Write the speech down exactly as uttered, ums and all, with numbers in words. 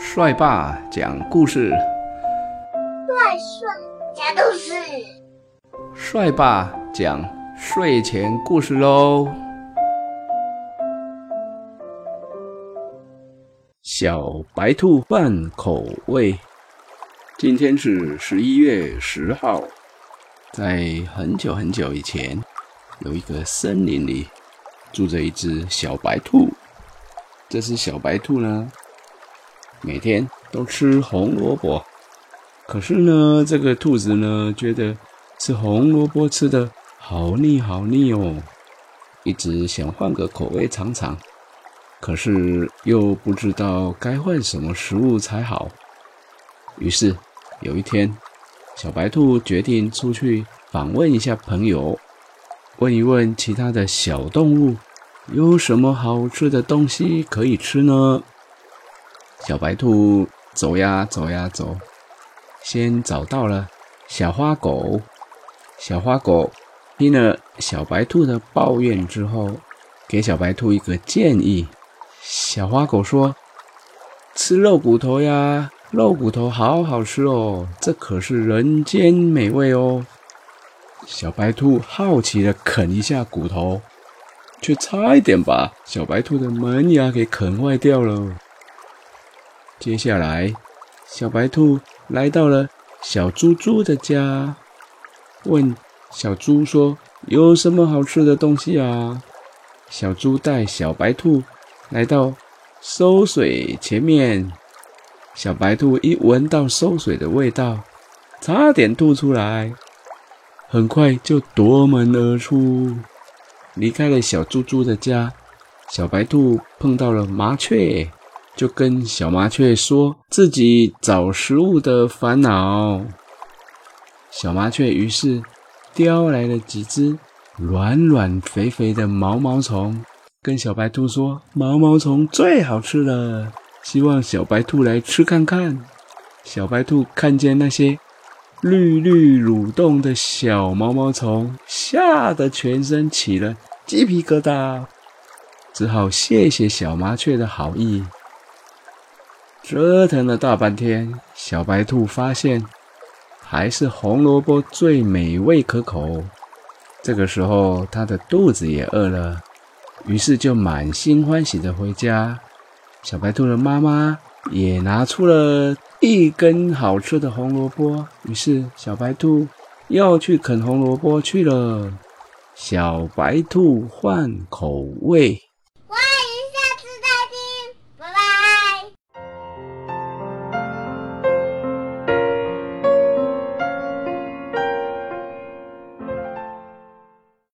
帅爸讲故事， 帅帅讲故事， 帅爸讲睡前故事喽。小白兔换口味。今天是十一月十号，在很久很久以前，有一个森林里住着一只小白兔。这只小白兔呢，每天都吃红萝卜，可是呢，这个兔子呢，觉得吃红萝卜吃的好腻好腻哦，一直想换个口味尝尝，可是又不知道该换什么食物才好。于是有一天，小白兔决定出去访问一下朋友，问一问其他的小动物，有什么好吃的东西可以吃呢？小白兔走呀走呀走，先找到了小花狗。小花狗听了小白兔的抱怨之后，给小白兔一个建议。小花狗说：吃肉骨头呀，肉骨头好好吃哦，这可是人间美味哦。小白兔好奇地啃一下骨头，却差一点把小白兔的门牙给啃坏掉了。接下来，小白兔来到了小猪猪的家，问小猪说：有什么好吃的东西啊？小猪带小白兔来到馊水前面，小白兔一闻到馊水的味道，差点吐出来，很快就夺门而出。离开了小猪猪的家，小白兔碰到了麻雀，就跟小麻雀说自己找食物的烦恼。小麻雀于是叼来了几只软软肥肥的毛毛虫，跟小白兔说毛毛虫最好吃了，希望小白兔来吃看看。小白兔看见那些绿绿蠕动的小毛毛虫，吓得全身起了鸡皮疙瘩，只好谢谢小麻雀的好意。折腾了大半天，小白兔发现还是红萝卜最美味可口。这个时候它的肚子也饿了，于是就满心欢喜地回家。小白兔的妈妈也拿出了一根好吃的红萝卜，于是小白兔又去啃红萝卜去了。小白兔换口味。